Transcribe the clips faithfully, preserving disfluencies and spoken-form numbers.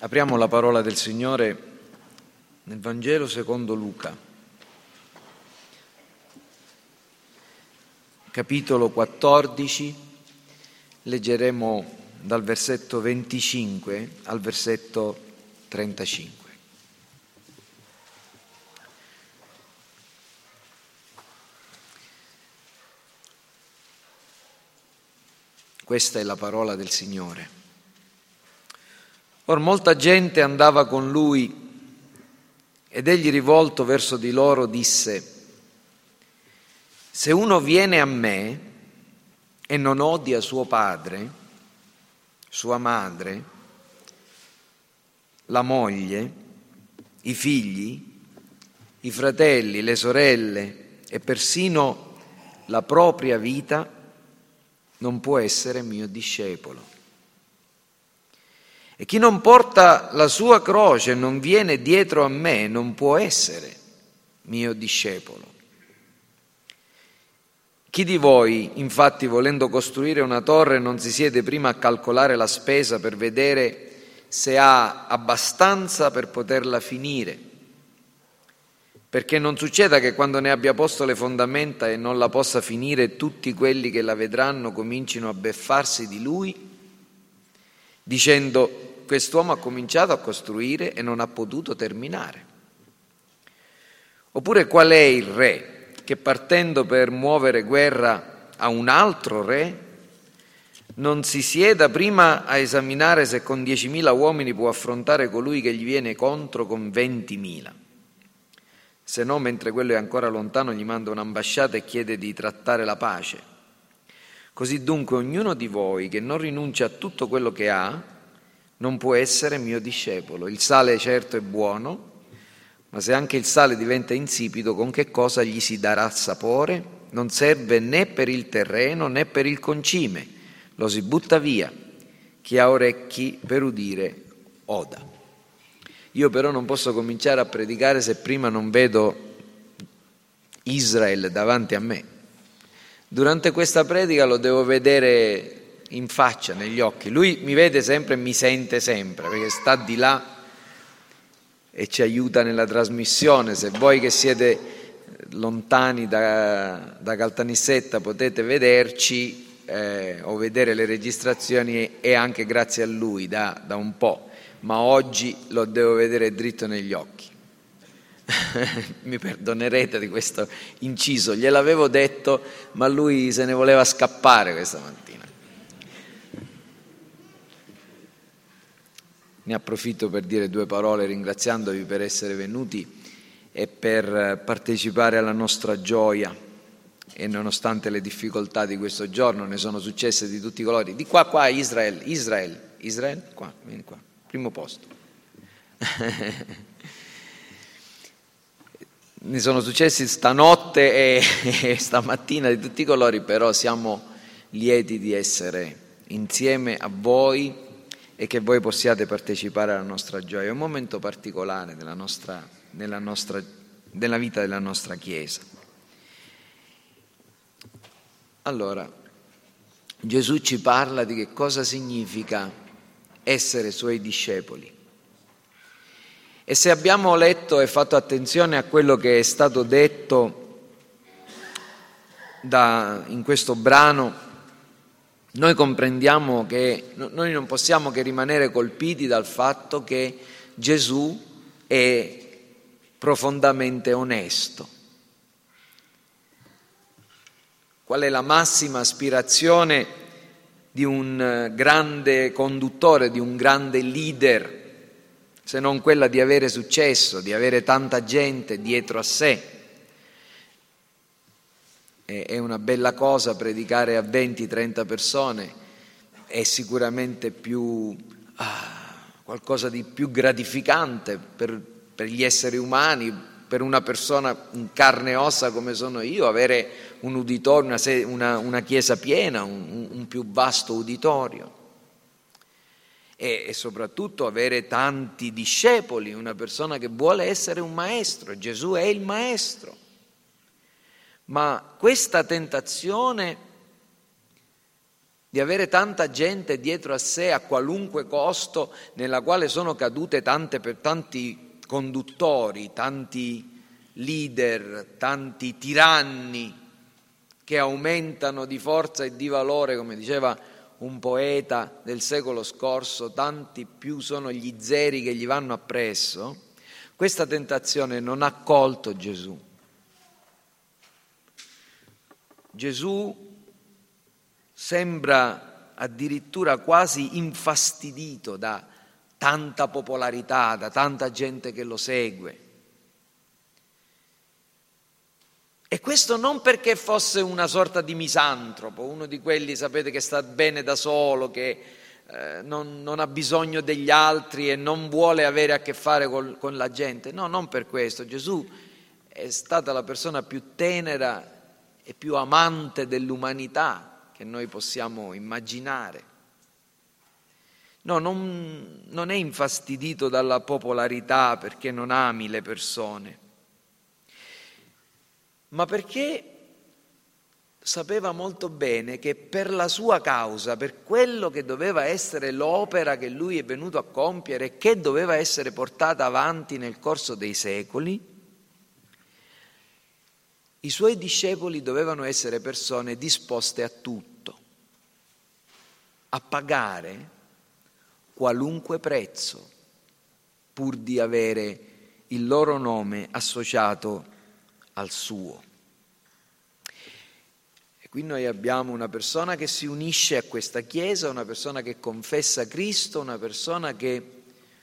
Apriamo la parola del Signore nel Vangelo secondo Luca, capitolo quattordici, leggeremo dal versetto venticinque al versetto trentacinque. Questa è la parola del Signore. Or molta gente andava con lui ed egli, rivolto verso di loro, disse: se uno viene a me e non odia suo padre, sua madre, la moglie, i figli, i fratelli, le sorelle e persino la propria vita, non può essere mio discepolo. E chi non porta la sua croce e non viene dietro a me non può essere mio discepolo. Chi di voi, infatti, volendo costruire una torre, non si siede prima a calcolare la spesa per vedere se ha abbastanza per poterla finire? Perché non succeda che quando ne abbia posto le fondamenta e non la possa finire, tutti quelli che la vedranno comincino a beffarsi di lui, dicendo: quest'uomo ha cominciato a costruire e non ha potuto terminare. Oppure qual è il re che, partendo per muovere guerra a un altro re, non si sieda prima a esaminare se con diecimila uomini può affrontare colui che gli viene contro con ventimila? Se no, mentre quello è ancora lontano, gli manda un'ambasciata e chiede di trattare la pace. Così dunque ognuno di voi che non rinuncia a tutto quello che ha non può essere mio discepolo. Il sale certo è buono, ma se anche il sale diventa insipido, con che cosa gli si darà sapore? Non serve né per il terreno né per il concime, lo si butta via. Chi ha orecchi per udire oda. Io però non posso cominciare a predicare se prima non vedo Israele davanti a me. Durante questa predica lo devo vedere in faccia, negli occhi. Lui mi vede sempre e mi sente sempre, perché sta di là e ci aiuta nella trasmissione. Se voi che siete lontani da, da Caltanissetta potete vederci eh, o vedere le registrazioni, è anche grazie a lui da, da un po', ma oggi lo devo vedere dritto negli occhi. Mi perdonerete di questo inciso, gliel'avevo detto, ma lui se ne voleva scappare questa mattina. Ne approfitto per dire due parole ringraziandovi per essere venuti e per partecipare alla nostra gioia, e nonostante le difficoltà di questo giorno ne sono successe di tutti i colori. Di qua qua Israele, Israele, Israele, qua, vieni qua, primo posto. Ne sono successi stanotte e, e stamattina di tutti i colori, però siamo lieti di essere insieme a voi e che voi possiate partecipare alla nostra gioia. È un momento particolare della nostra, nella, nostra, della vita della nostra Chiesa. Allora, Gesù ci parla di che cosa significa essere Suoi discepoli. E se abbiamo letto e fatto attenzione a quello che è stato detto da, in questo brano, noi comprendiamo che noi non possiamo che rimanere colpiti dal fatto che Gesù è profondamente onesto. Qual è la massima aspirazione di un grande conduttore, di un grande leader, se non quella di avere successo, di avere tanta gente dietro a sé? È una bella cosa predicare a venti trenta persone, è sicuramente più ah, qualcosa di più gratificante per, per gli esseri umani, per una persona in carne e ossa come sono io, avere un uditorio, una, una, una chiesa piena, un, un più vasto uditorio. E, e soprattutto avere tanti discepoli, una persona che vuole essere un maestro. Gesù è il maestro. Ma questa tentazione di avere tanta gente dietro a sé a qualunque costo, nella quale sono cadute tante, per tanti conduttori, tanti leader, tanti tiranni che aumentano di forza e di valore, come diceva un poeta del secolo scorso, tanti più sono gli zeri che gli vanno appresso. Questa tentazione non ha colto Gesù. Gesù sembra addirittura quasi infastidito da tanta popolarità, da tanta gente che lo segue. E questo non perché fosse una sorta di misantropo, uno di quelli, sapete, che sta bene da solo, che eh, non, non ha bisogno degli altri e non vuole avere a che fare col, con la gente. No, non per questo. Gesù è stata la persona più tenera e più amante dell'umanità che noi possiamo immaginare. No, non, non è infastidito dalla popolarità perché non ami le persone, ma perché sapeva molto bene che per la sua causa, per quello che doveva essere l'opera che lui è venuto a compiere e che doveva essere portata avanti nel corso dei secoli, i suoi discepoli dovevano essere persone disposte a tutto, a pagare qualunque prezzo, pur di avere il loro nome associato al suo. E qui noi abbiamo una persona che si unisce a questa Chiesa, una persona che confessa Cristo, una persona che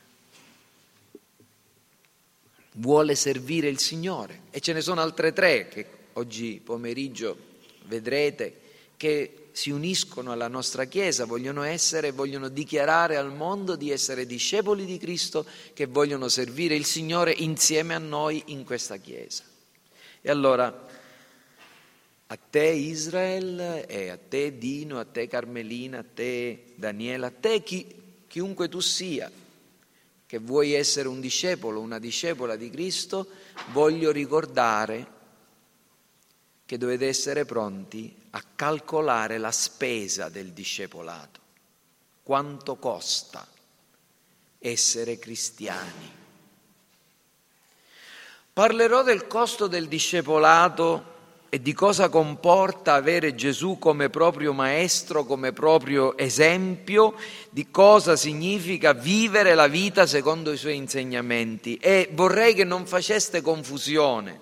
vuole servire il Signore. E ce ne sono altre tre che oggi pomeriggio vedrete che si uniscono alla nostra Chiesa, vogliono essere, vogliono dichiarare al mondo di essere discepoli di Cristo, che vogliono servire il Signore insieme a noi in questa Chiesa. E allora a te Israel e a te Dino, a te Carmelina, a te Daniela, a te chi, chiunque tu sia, che vuoi essere un discepolo, una discepola di Cristo, voglio ricordare che dovete essere pronti a calcolare la spesa del discepolato. Quanto costa essere cristiani? Parlerò del costo del discepolato e di cosa comporta avere Gesù come proprio maestro, come proprio esempio, di cosa significa vivere la vita secondo i suoi insegnamenti. E vorrei che non faceste confusione,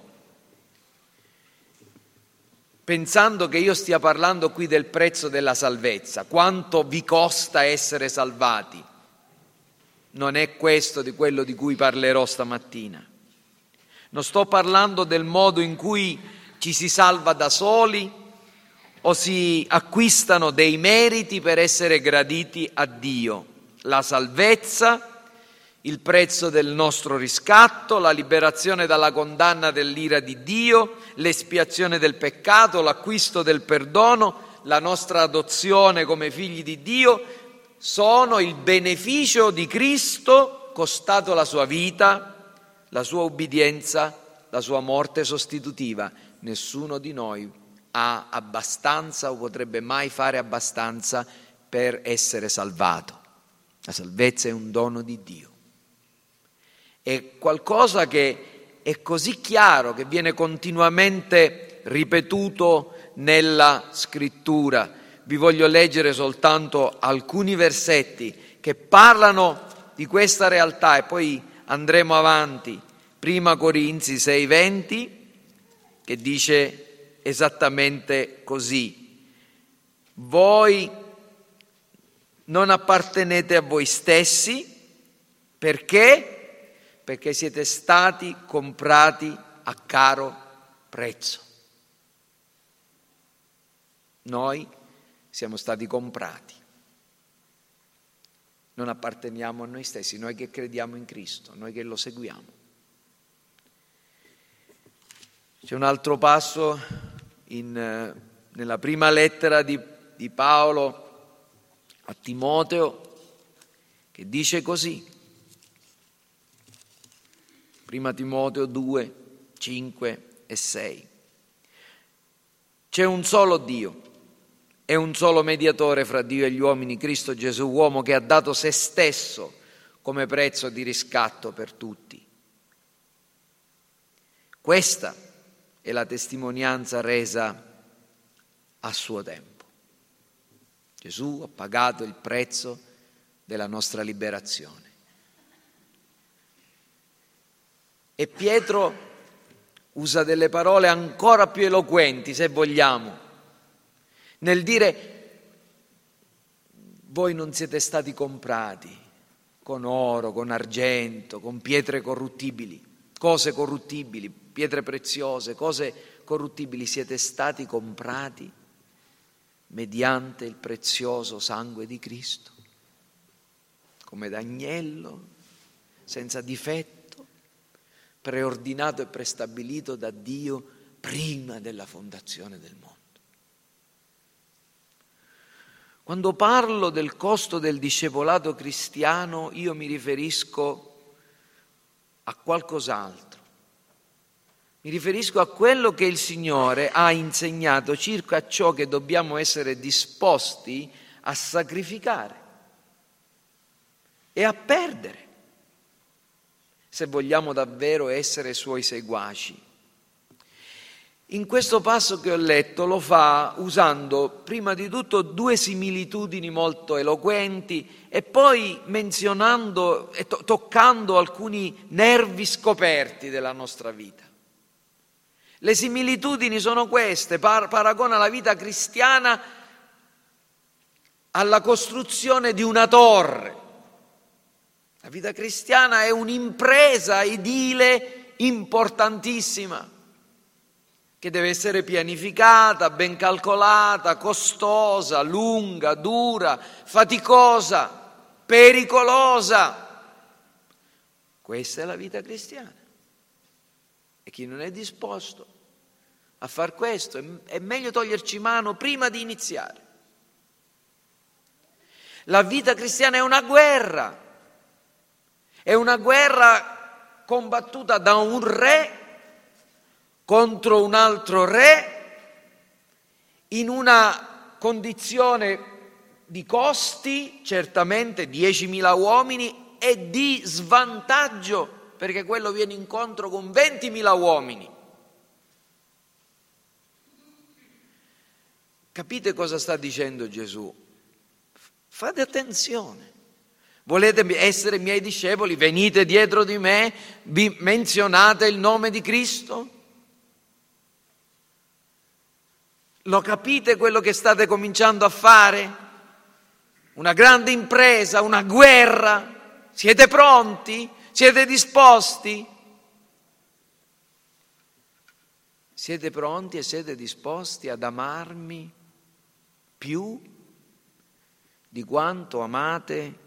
pensando che io stia parlando qui del prezzo della salvezza, quanto vi costa essere salvati. Non è questo di quello di cui parlerò stamattina. Non sto parlando del modo in cui ci si salva da soli o si acquistano dei meriti per essere graditi a Dio. La salvezza, il prezzo del nostro riscatto, la liberazione dalla condanna dell'ira di Dio, l'espiazione del peccato, l'acquisto del perdono, la nostra adozione come figli di Dio, sono il beneficio di Cristo costato la sua vita, la sua ubbidienza, la sua morte sostitutiva. Nessuno di noi ha abbastanza o potrebbe mai fare abbastanza per essere salvato. La salvezza è un dono di Dio. È qualcosa che è così chiaro, che viene continuamente ripetuto nella Scrittura. Vi voglio leggere soltanto alcuni versetti che parlano di questa realtà e poi andremo avanti. Prima Corinzi sei venti, che dice esattamente così: voi non appartenete a voi stessi, perché? Perché siete stati comprati a caro prezzo. Noi siamo stati comprati. Non apparteniamo a noi stessi, noi che crediamo in Cristo, noi che lo seguiamo. C'è un altro passo in, nella prima lettera di, di Paolo a Timoteo che dice così. Prima Timoteo due, cinque e sei. C'è un solo Dio È un solo mediatore fra Dio e gli uomini, Cristo Gesù, uomo che ha dato se stesso come prezzo di riscatto per tutti. Questa è la testimonianza resa a suo tempo. Gesù ha pagato il prezzo della nostra liberazione. E Pietro usa delle parole ancora più eloquenti, se vogliamo, nel dire: voi non siete stati comprati con oro, con argento, con pietre corruttibili, cose corruttibili, pietre preziose, cose corruttibili, siete stati comprati mediante il prezioso sangue di Cristo, come d'agnello, senza difetto, preordinato e prestabilito da Dio prima della fondazione del mondo. Quando parlo del costo del discepolato cristiano, io mi riferisco a qualcos'altro. Mi riferisco a quello che il Signore ha insegnato circa ciò che dobbiamo essere disposti a sacrificare e a perdere, se vogliamo davvero essere Suoi seguaci. In questo passo che ho letto lo fa usando prima di tutto due similitudini molto eloquenti e poi menzionando e to- toccando alcuni nervi scoperti della nostra vita. Le similitudini sono queste: par- paragona la vita cristiana alla costruzione di una torre. La vita cristiana è un'impresa edile importantissima, che deve essere pianificata, ben calcolata, costosa, lunga, dura, faticosa, pericolosa. Questa è la vita cristiana. E chi non è disposto a far questo, è meglio toglierci mano prima di iniziare. La vita cristiana è una guerra, è una guerra combattuta da un re contro un altro re, in una condizione di costi, certamente diecimila uomini, e di svantaggio, perché quello viene incontro con ventimila uomini. Capite cosa sta dicendo Gesù? Fate attenzione. Volete essere miei discepoli? Venite dietro di me, vi menzionate il nome di Cristo? Lo capite quello che state cominciando a fare? Una grande impresa, una guerra. Siete pronti? Siete disposti? Siete pronti e siete disposti ad amarmi più di quanto amate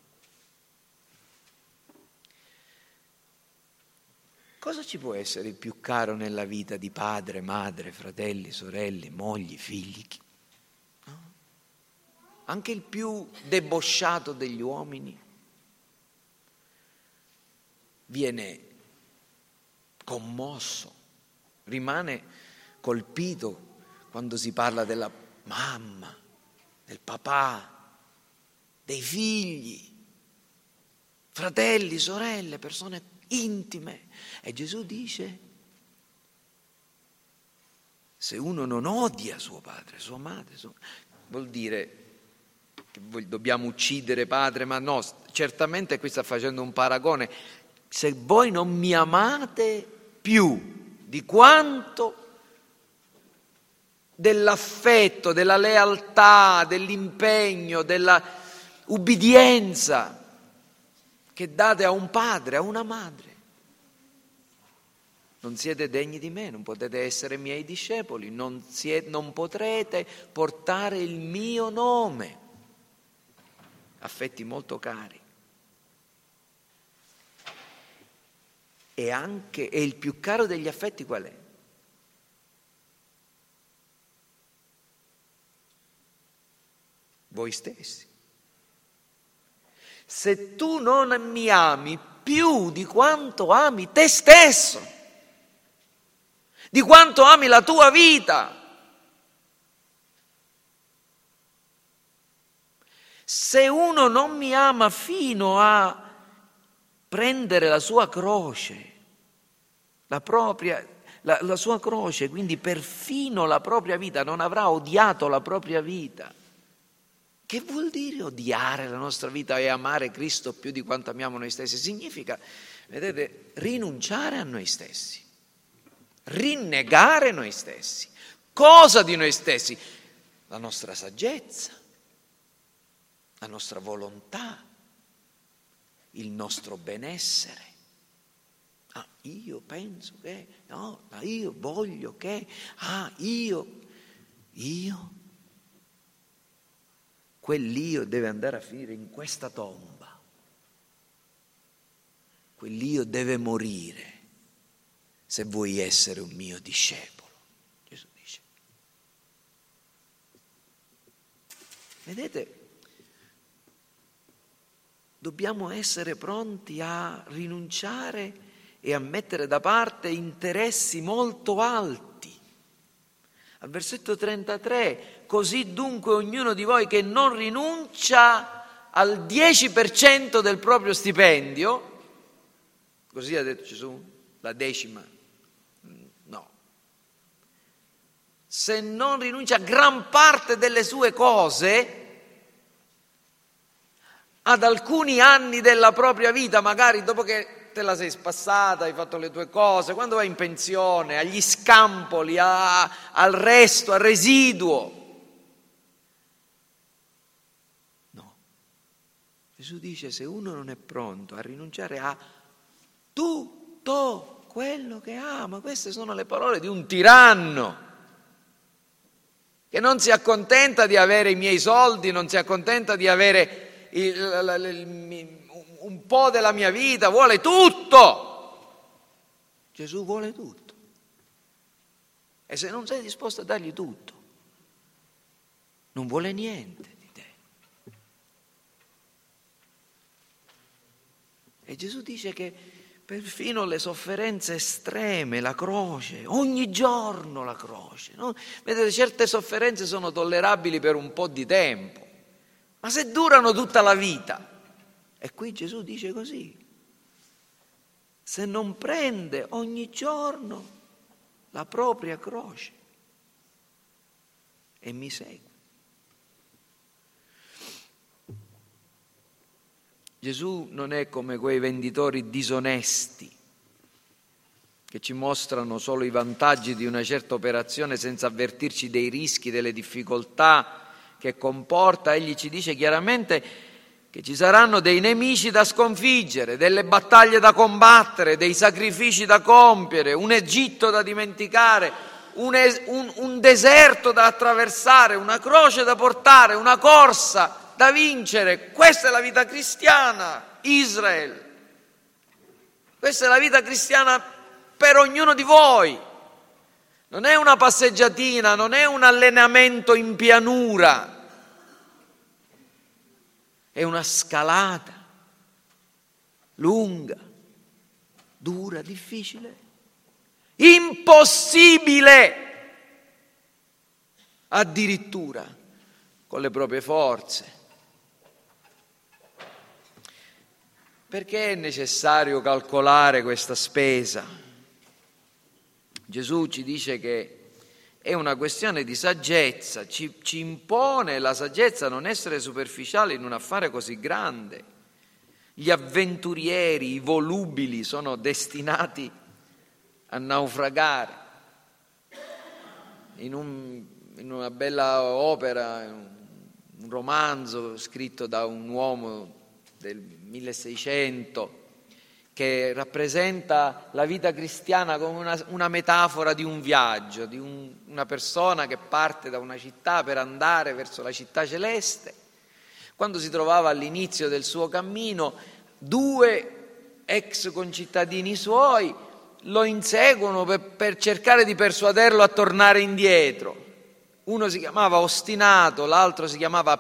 Cosa ci può essere il più caro nella vita di padre, madre, fratelli, sorelle, mogli, figli? No? Anche il più debosciato degli uomini viene commosso, rimane colpito quando si parla della mamma, del papà, dei figli, fratelli, sorelle, persone intime. E Gesù dice: se uno non odia suo padre, sua madre, suo... vuol dire che dobbiamo uccidere padre, ma no, certamente qui sta facendo un paragone. Se voi non mi amate più di quanto dell'affetto, della lealtà, dell'impegno, della ubbidienza che date a un padre, a una madre, non siete degni di me, non potete essere miei discepoli, non, siete, non potrete portare il mio nome. Affetti molto cari. E anche, e il più caro degli affetti qual è? Voi stessi. Se tu non mi ami più di quanto ami te stesso, di quanto ami la tua vita, Se uno non mi ama fino a prendere la sua croce, la propria, la, la sua croce, quindi perfino la propria vita, non avrà odiato la propria vita. Che vuol dire odiare la nostra vita e amare Cristo più di quanto amiamo noi stessi? Significa, vedete, rinunciare a noi stessi, rinnegare noi stessi. Cosa di noi stessi? La nostra saggezza, la nostra volontà, il nostro benessere. Ah, io penso che, no, ma io voglio che, ah, io, io. Quell'io deve andare a finire in questa tomba. Quell'io deve morire se vuoi essere un mio discepolo, Gesù dice. Vedete, dobbiamo essere pronti a rinunciare e a mettere da parte interessi molto alti. Al versetto trentatré, così dunque ognuno di voi che non rinuncia al dieci per cento del proprio stipendio, così ha detto Gesù, la decima, no, se non rinuncia a gran parte delle sue cose, ad alcuni anni della propria vita, magari dopo che te la sei spassata, hai fatto le tue cose, quando vai in pensione, agli scampoli, a, al resto, al residuo. No. Gesù dice, se uno non è pronto a rinunciare a tutto quello che ama, queste sono le parole di un tiranno, che non si accontenta di avere i miei soldi, non si accontenta di avere il, il, il, il un po' della mia vita, vuole tutto. Gesù vuole tutto. E se non sei disposto a dargli tutto, non vuole niente di te. E Gesù dice che perfino le sofferenze estreme, la croce, ogni giorno la croce, no? Vedete, certe sofferenze sono tollerabili per un po' di tempo, ma se durano tutta la vita. E qui Gesù dice così, se non prende ogni giorno la propria croce e mi segue. Gesù non è come quei venditori disonesti che ci mostrano solo i vantaggi di una certa operazione senza avvertirci dei rischi, delle difficoltà che comporta. Egli ci dice chiaramente che ci saranno dei nemici da sconfiggere, delle battaglie da combattere, dei sacrifici da compiere, un Egitto da dimenticare, un, es- un, un deserto da attraversare, una croce da portare, una corsa da vincere. Questa è la vita cristiana, Israele. Questa è la vita cristiana per ognuno di voi. Non è una passeggiatina, non è un allenamento in pianura. È una scalata lunga, dura, difficile, impossibile addirittura con le proprie forze. Perché è necessario calcolare questa spesa? Gesù ci dice che è una questione di saggezza, ci, ci impone la saggezza a non essere superficiale in un affare così grande. Gli avventurieri, i volubili sono destinati a naufragare. In, un, in una bella opera, un romanzo scritto da un uomo del milleseicento, che rappresenta la vita cristiana come una, una metafora di un viaggio, di un, una persona che parte da una città per andare verso la città celeste. Quando si trovava all'inizio del suo cammino, due ex concittadini suoi lo inseguono per, per cercare di persuaderlo a tornare indietro. Uno si chiamava ostinato, l'altro si chiamava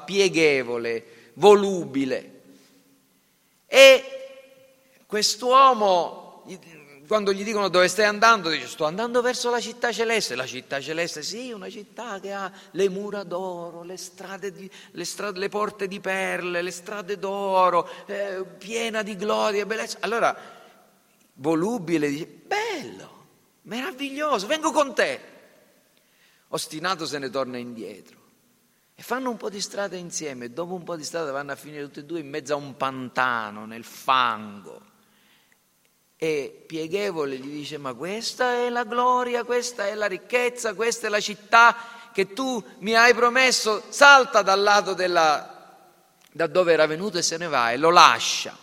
pieghevole, volubile. E quest'uomo quando gli dicono dove stai andando, dice sto andando verso la città celeste. La città celeste, sì, una città che ha le mura d'oro, le strade, di, le, strade le porte di perle, le strade d'oro, eh, piena di gloria e bellezza. Allora, volubile, dice, bello, meraviglioso, vengo con te. Ostinato se ne torna indietro. E fanno un po' di strada insieme, e dopo un po' di strada vanno a finire tutti e due in mezzo a un pantano, nel fango. E Pieghevole gli dice, ma questa è la gloria, questa è la ricchezza, questa è la città che tu mi hai promesso, salta dal lato della, da dove era venuto e se ne va, e lo lascia.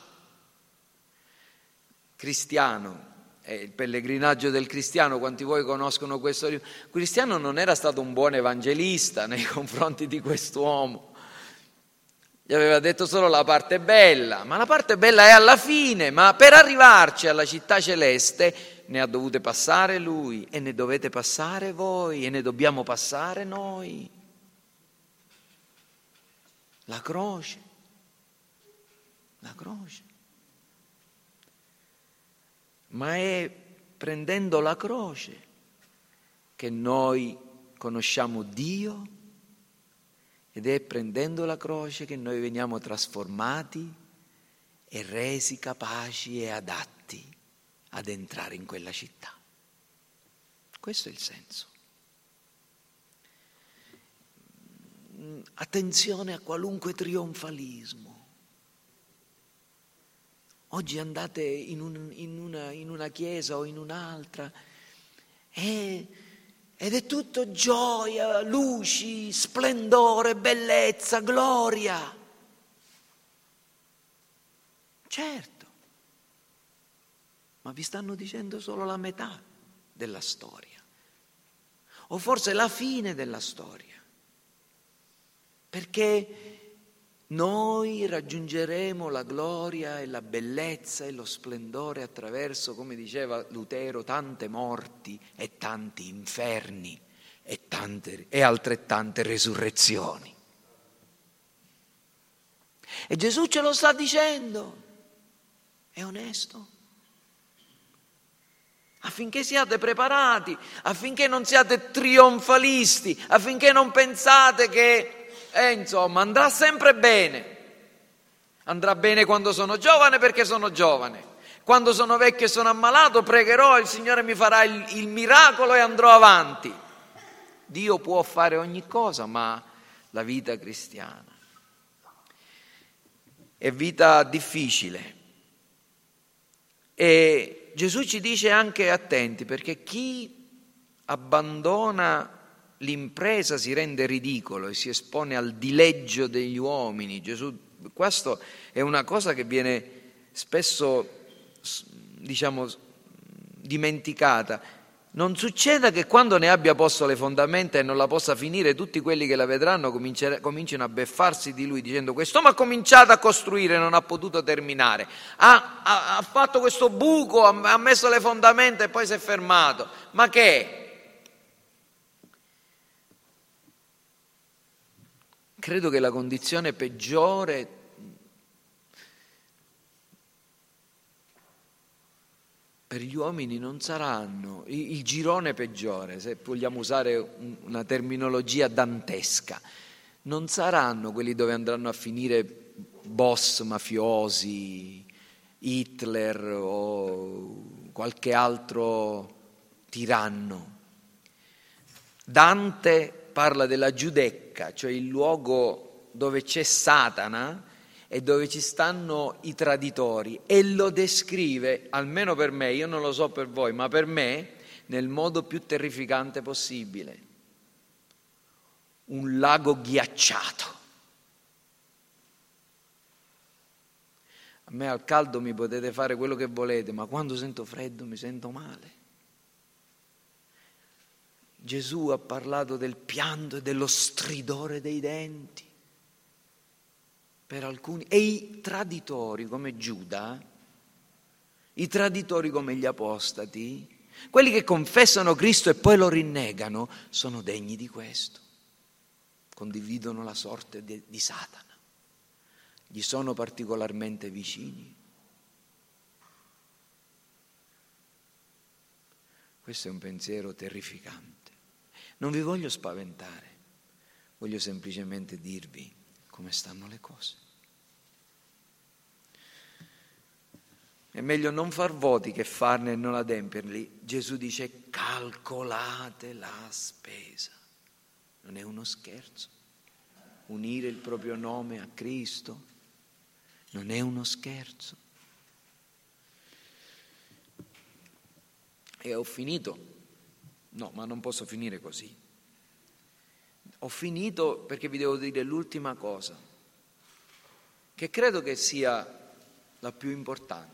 Cristiano, è il pellegrinaggio del cristiano, quanti voi conoscono questo? Cristiano non era stato un buon evangelista nei confronti di quest'uomo. Gli aveva detto solo la parte bella, ma la parte bella è alla fine, ma per arrivarci alla città celeste ne ha dovute passare lui e ne dovete passare voi e ne dobbiamo passare noi. La croce, la croce. Ma è prendendo la croce che noi conosciamo Dio, ed è prendendo la croce che noi veniamo trasformati e resi capaci e adatti ad entrare in quella città. Questo è il senso. Attenzione a qualunque trionfalismo. Oggi andate in, un, in, una, in una chiesa o in un'altra e... ed è tutto gioia, luci, splendore, bellezza, gloria. Certo, ma vi stanno dicendo solo la metà della storia, o forse la fine della storia, perché noi raggiungeremo la gloria e la bellezza e lo splendore attraverso, come diceva Lutero, tante morti e tanti inferni e, tante, e altrettante resurrezioni. E Gesù ce lo sta dicendo, è onesto, affinché siate preparati, affinché non siate trionfalisti, affinché non pensate che E insomma, andrà sempre bene. Andrà bene quando sono giovane perché sono giovane. Quando sono vecchio e sono ammalato, pregherò, il Signore mi farà il, il miracolo e andrò avanti. Dio può fare ogni cosa, ma la vita cristiana è vita difficile. E Gesù ci dice anche attenti, perché chi abbandona l'impresa si rende ridicolo e si espone al dileggio degli uomini. Gesù, questo è una cosa che viene spesso, diciamo, dimenticata. Non succeda che quando ne abbia posto le fondamenta e non la possa finire, tutti quelli che la vedranno cominciano a beffarsi di lui dicendo: quest'uomo ha cominciato a costruire e non ha potuto terminare, ha, ha, ha fatto questo buco, ha, ha messo le fondamenta e poi si è fermato. Ma che? Credo che la condizione peggiore per gli uomini non saranno, il girone peggiore, se vogliamo usare una terminologia dantesca, non saranno quelli dove andranno a finire boss mafiosi, Hitler o qualche altro tiranno. Dante parla della Giudecca, cioè il luogo dove c'è Satana e dove ci stanno i traditori, e lo descrive, almeno per me, io non lo so per voi, ma per me, nel modo più terrificante possibile. Un lago ghiacciato. A me al caldo mi potete fare quello che volete, ma quando sento freddo mi sento male. Gesù ha parlato del pianto e dello stridore dei denti per alcuni, e i traditori come Giuda, i traditori come gli apostati, quelli che confessano Cristo e poi lo rinnegano, sono degni di questo, condividono la sorte di, di Satana, gli sono particolarmente vicini. Questo è un pensiero terrificante. Non vi voglio spaventare, voglio semplicemente dirvi come stanno le cose. È meglio non far voti che farne e non adempierli. Gesù dice: calcolate la spesa. Non è uno scherzo. Unire il proprio nome a Cristo non è uno scherzo. E ho finito. No, ma non posso finire così. Ho finito perché vi devo dire l'ultima cosa, che credo che sia la più importante,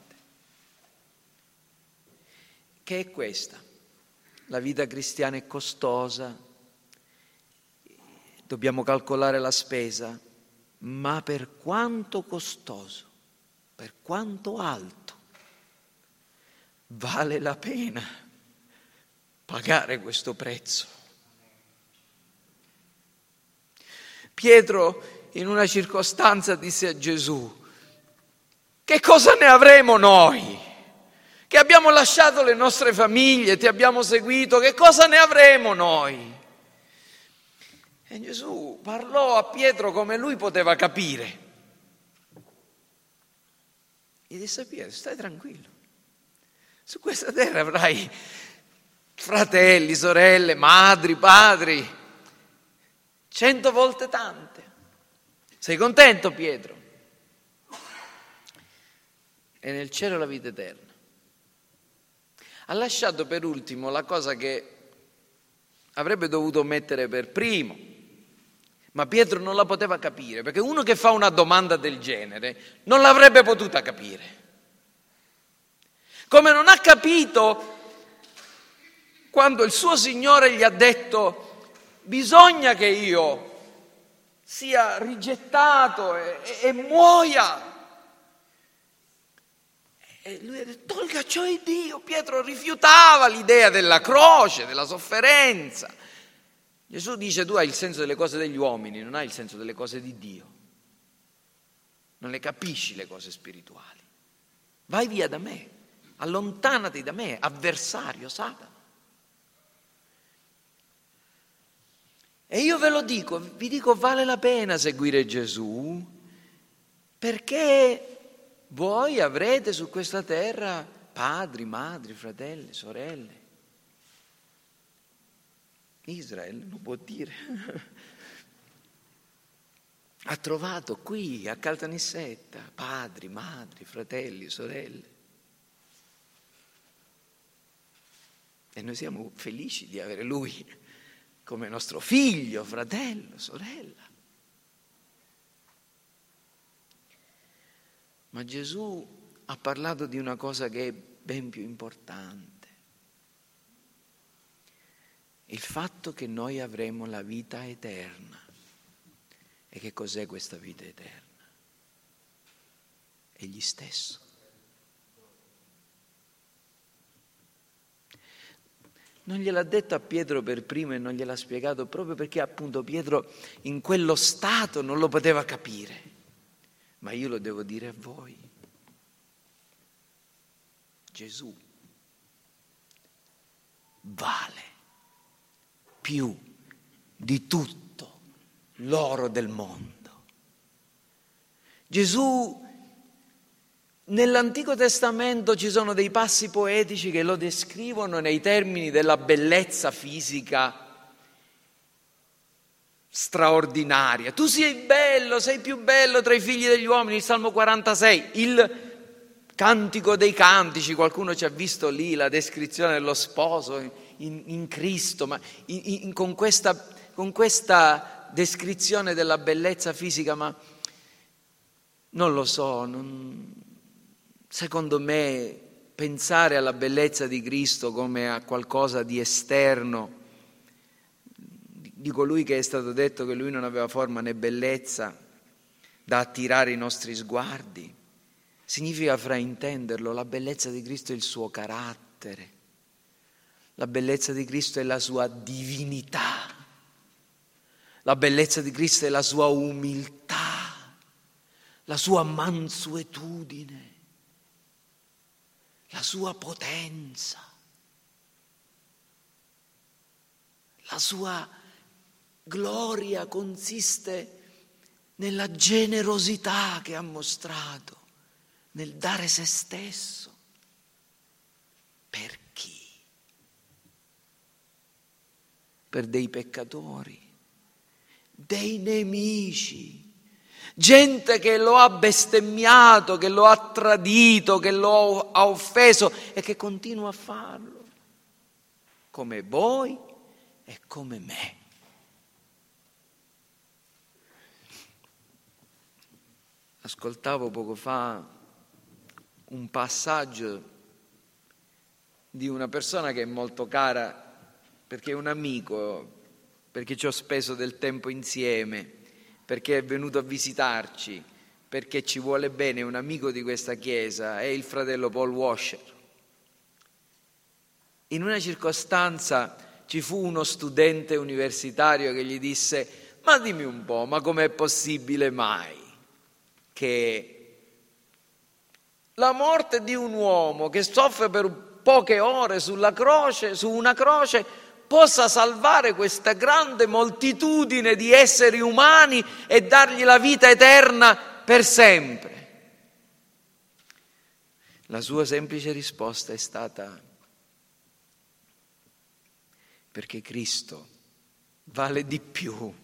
che è questa. La vita cristiana è costosa, dobbiamo calcolare la spesa, ma per quanto costoso, per quanto alto, vale la pena pagare questo prezzo. Pietro in una circostanza disse a Gesù: che cosa ne avremo noi? Che abbiamo lasciato le nostre famiglie, ti abbiamo seguito, che cosa ne avremo noi? E Gesù parlò a Pietro come lui poteva capire. Gli disse: Pietro, stai tranquillo, su questa terra avrai fratelli, sorelle, madri, padri, cento volte tante. Sei contento, Pietro? E nel cielo la vita eterna. Ha lasciato per ultimo la cosa che avrebbe dovuto mettere per primo, ma Pietro non la poteva capire, perché uno che fa una domanda del genere non l'avrebbe potuta capire. Come non ha capito quando il suo Signore gli ha detto: bisogna che io sia rigettato e, e, e muoia. E lui ha detto: tolga ciò è Dio. Pietro rifiutava l'idea della croce, della sofferenza. Gesù dice: tu hai il senso delle cose degli uomini, non hai il senso delle cose di Dio. Non le capisci le cose spirituali. Vai via da me, allontanati da me, avversario, Satana. E io ve lo dico, vi dico, vale la pena seguire Gesù, perché voi avrete su questa terra padri, madri, fratelli, sorelle. Israele non può dire. Ha trovato qui a Caltanissetta padri, madri, fratelli, sorelle. E noi siamo felici di avere lui come nostro figlio, fratello, sorella. Ma Gesù ha parlato di una cosa che è ben più importante: il fatto che noi avremo la vita eterna. E che cos'è questa vita eterna? Egli stesso. Non gliel'ha detto a Pietro per primo e non gliel'ha spiegato proprio perché appunto Pietro in quello stato non lo poteva capire. Ma io lo devo dire a voi. Gesù vale più di tutto l'oro del mondo. Gesù, nell'Antico Testamento ci sono dei passi poetici che lo descrivono nei termini della bellezza fisica straordinaria. Tu sei bello, sei più bello tra i figli degli uomini, il Salmo quarantasei, il Cantico dei Cantici, qualcuno ci ha visto lì la descrizione dello sposo in, in Cristo, ma in, in, con, questa, con questa descrizione della bellezza fisica, ma non lo so, non, secondo me pensare alla bellezza di Cristo come a qualcosa di esterno, di colui che è stato detto che lui non aveva forma né bellezza da attirare i nostri sguardi, significa fraintenderlo. La bellezza di Cristo è il suo carattere, la bellezza di Cristo è la sua divinità, la bellezza di Cristo è la sua umiltà, la sua mansuetudine, la sua potenza. La sua gloria consiste nella generosità che ha mostrato, nel dare se stesso. Per chi? Per dei peccatori, dei nemici, gente che lo ha bestemmiato, che lo ha tradito, che lo ha offeso e che continua a farlo, come voi e come me. Ascoltavo poco fa un passaggio di una persona che è molto cara, perché è un amico, perché ci ho speso del tempo insieme, perché è venuto a visitarci, perché ci vuole bene, è un amico di questa chiesa, è il fratello Paul Washer. In una circostanza ci fu uno studente universitario che gli disse: ma dimmi un po', ma com'è possibile mai che la morte di un uomo che soffre per poche ore sulla croce, su una croce, possa salvare questa grande moltitudine di esseri umani e dargli la vita eterna per sempre? La sua semplice risposta è stata: perché Cristo vale di più.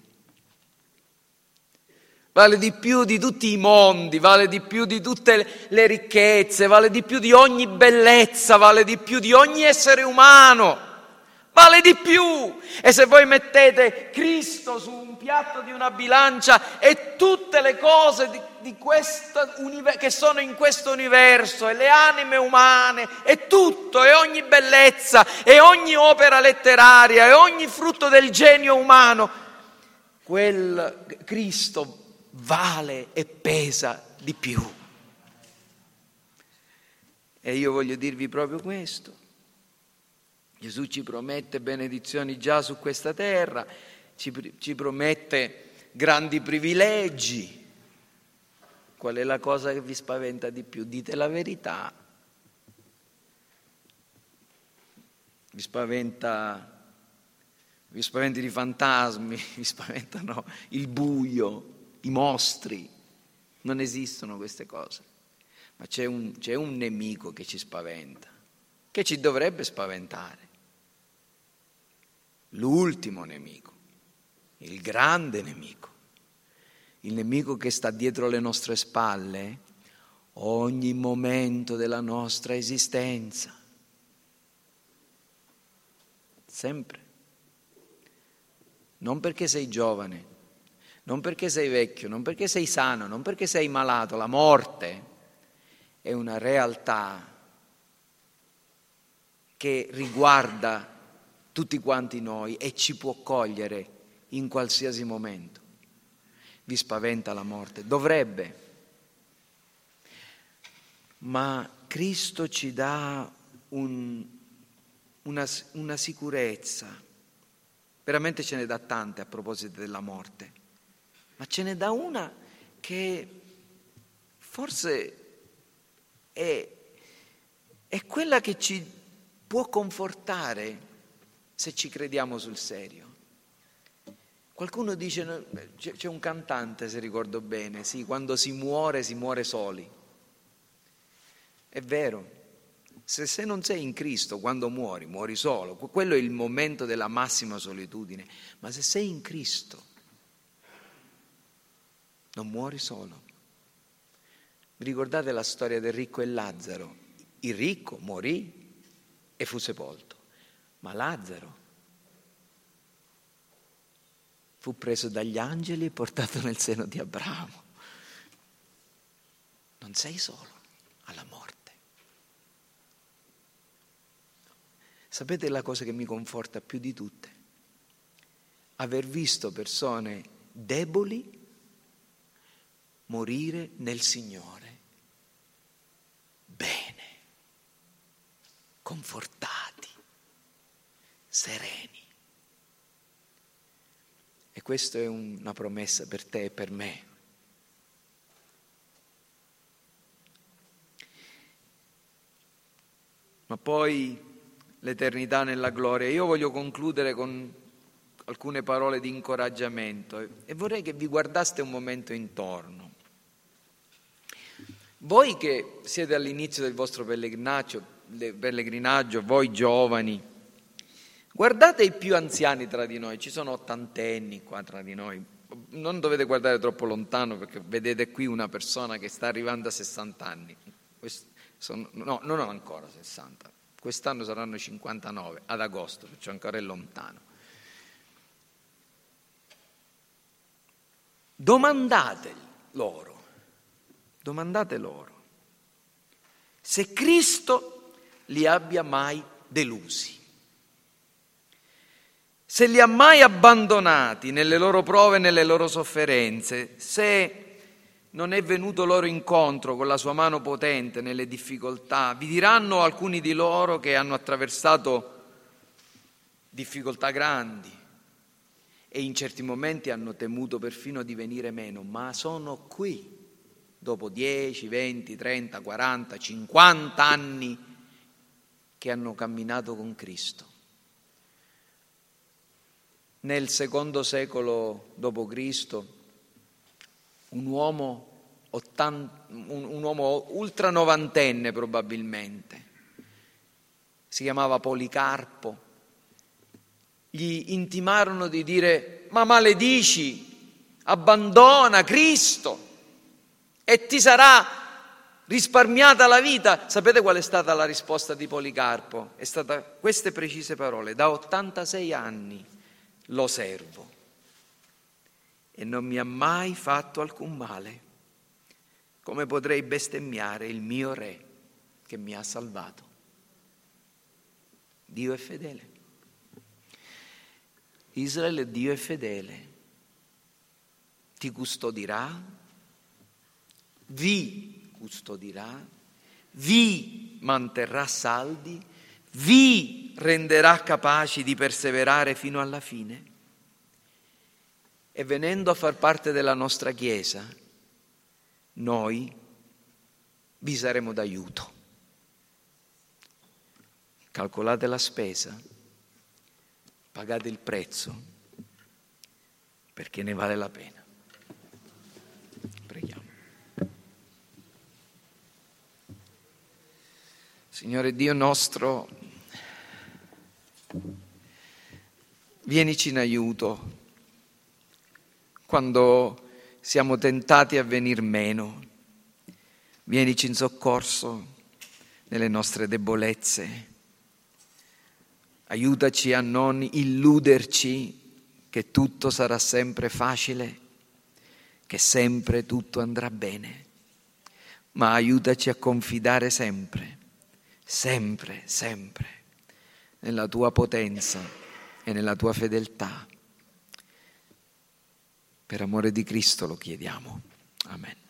Vale di più di tutti i mondi, vale di più di tutte le ricchezze, vale di più di ogni bellezza, vale di più di ogni essere umano, vale di più. E se voi mettete Cristo su un piatto di una bilancia e tutte le cose di, di questo, che sono in questo universo, e le anime umane, e tutto, e ogni bellezza, e ogni opera letteraria, e ogni frutto del genio umano, quel Cristo vale e pesa di più. E io voglio dirvi proprio questo. Gesù ci promette benedizioni già su questa terra, ci, ci promette grandi privilegi. Qual è la cosa che vi spaventa di più? Dite la verità. Vi spaventa, vi spaventano i fantasmi, vi spaventano il buio, i mostri. Non esistono queste cose, ma c'è un, c'è un nemico che ci spaventa, che ci dovrebbe spaventare. L'ultimo nemico, il grande nemico, il nemico che sta dietro le nostre spalle ogni momento della nostra esistenza, sempre. Non perché sei giovane, non perché sei vecchio, non perché sei sano, non perché sei malato. La morte è una realtà che riguarda tutti quanti noi e ci può cogliere in qualsiasi momento. Vi spaventa la morte? Dovrebbe. Ma Cristo ci dà un, una, una sicurezza. Veramente ce ne dà tante a proposito della morte. Ma ce ne dà una che forse è, è quella che ci può confortare se ci crediamo sul serio. Qualcuno dice, c'è un cantante, se ricordo bene, sì, quando si muore, si muore soli. È vero, se, se non sei in Cristo, quando muori, muori solo. Quello è il momento della massima solitudine. Ma se sei in Cristo, non muori solo. Vi ricordate la storia del ricco e Lazzaro? Il ricco morì e fu sepolto, ma Lazzaro fu preso dagli angeli e portato nel seno di Abramo. Non sei solo alla morte. Sapete la cosa che mi conforta più di tutte? Aver visto persone deboli morire nel Signore, bene, confortati, sereni. E questa è una promessa per te e per me. Ma poi l'eternità nella gloria. Io voglio concludere con alcune parole di incoraggiamento e vorrei che vi guardaste un momento intorno. Voi che siete all'inizio del vostro pellegrinaggio, pellegrinaggio, voi giovani, guardate i più anziani tra di noi, ci sono ottantenni qua tra di noi, non dovete guardare troppo lontano perché vedete qui una persona che sta arrivando a sessanta anni, sono, no, non ancora sessanta, quest'anno saranno cinquantanove, ad agosto, perciò ancora è lontano. Domandate loro, domandate loro se Cristo li abbia mai delusi, se li ha mai abbandonati nelle loro prove e nelle loro sofferenze, se non è venuto loro incontro con la sua mano potente nelle difficoltà. Vi diranno alcuni di loro che hanno attraversato difficoltà grandi e in certi momenti hanno temuto perfino di venire meno, ma sono qui dopo dieci, venti, trenta, quaranta, cinquanta anni che hanno camminato con Cristo. Nel secondo secolo dopo Cristo un uomo, ottanta, un, un uomo ultranovantenne probabilmente, si chiamava Policarpo, gli intimarono di dire: ma maledici, abbandona Cristo e ti sarà risparmiata la vita. Sapete qual è stata la risposta di Policarpo? È stata queste precise parole: da ottantasei anni lo servo e non mi ha mai fatto alcun male. Come potrei bestemmiare il mio re che mi ha salvato? Dio è fedele. Israele, Dio è fedele. Ti custodirà, vi custodirà, vi manterrà saldi, vi renderà capaci di perseverare fino alla fine. E venendo a far parte della nostra Chiesa, noi vi saremo d'aiuto. Calcolate la spesa, pagate il prezzo, perché ne vale la pena. Preghiamo. Signore Dio nostro, vienici in aiuto quando siamo tentati a venir meno. Vienici in soccorso nelle nostre debolezze. Aiutaci a non illuderci che tutto sarà sempre facile, che sempre tutto andrà bene, ma aiutaci a confidare sempre, sempre, sempre nella tua potenza e nella tua fedeltà. Per amore di Cristo lo chiediamo. Amen.